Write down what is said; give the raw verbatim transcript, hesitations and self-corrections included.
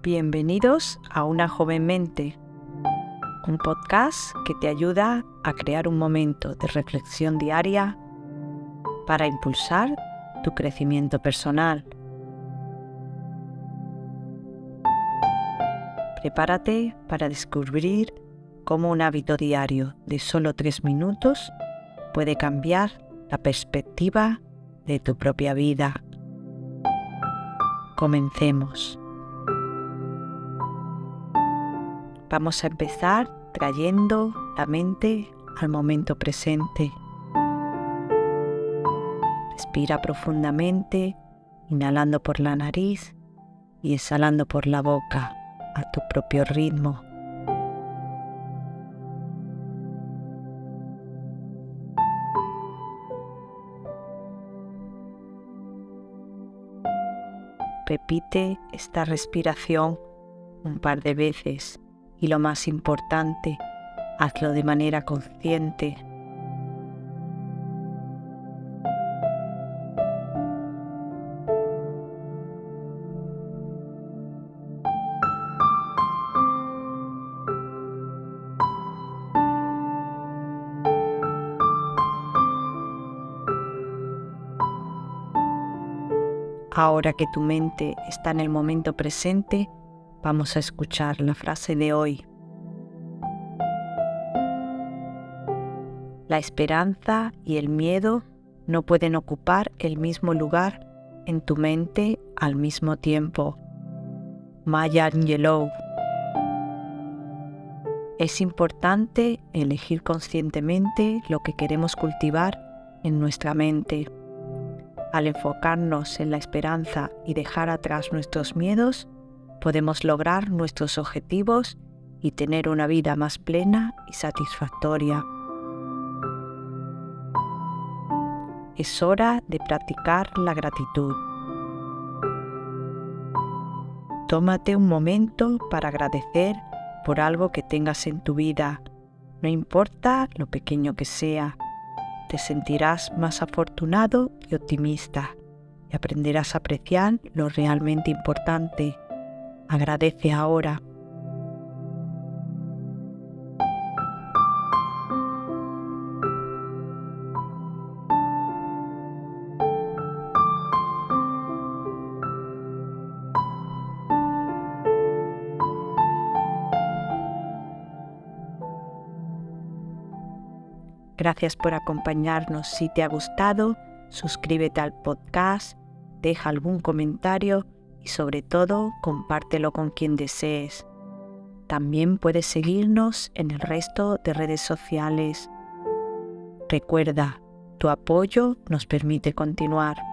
Bienvenidos a Una Joven Mente, un podcast que te ayuda a crear un momento de reflexión diaria para impulsar tu crecimiento personal. Prepárate para descubrir cómo un hábito diario de solo tres minutos puede cambiar la perspectiva de tu propia vida. Comencemos. Vamos a empezar trayendo la mente al momento presente. Respira profundamente, inhalando por la nariz y exhalando por la boca a tu propio ritmo. Repite esta respiración un par de veces. Y lo más importante, hazlo de manera consciente. Ahora que tu mente está en el momento presente, vamos a escuchar la frase de hoy. La esperanza y el miedo no pueden ocupar el mismo lugar en tu mente al mismo tiempo. Maya Angelou. Es importante elegir conscientemente lo que queremos cultivar en nuestra mente. Al enfocarnos en la esperanza y dejar atrás nuestros miedos, podemos lograr nuestros objetivos y tener una vida más plena y satisfactoria. Es hora de practicar la gratitud. Tómate un momento para agradecer por algo que tengas en tu vida, no importa lo pequeño que sea. Te sentirás más afortunado y optimista y aprenderás a apreciar lo realmente importante. Agradece ahora. Gracias por acompañarnos. Si te ha gustado, suscríbete al podcast, deja algún comentario y sobre todo compártelo con quien desees. También puedes seguirnos en el resto de redes sociales. Recuerda, tu apoyo nos permite continuar.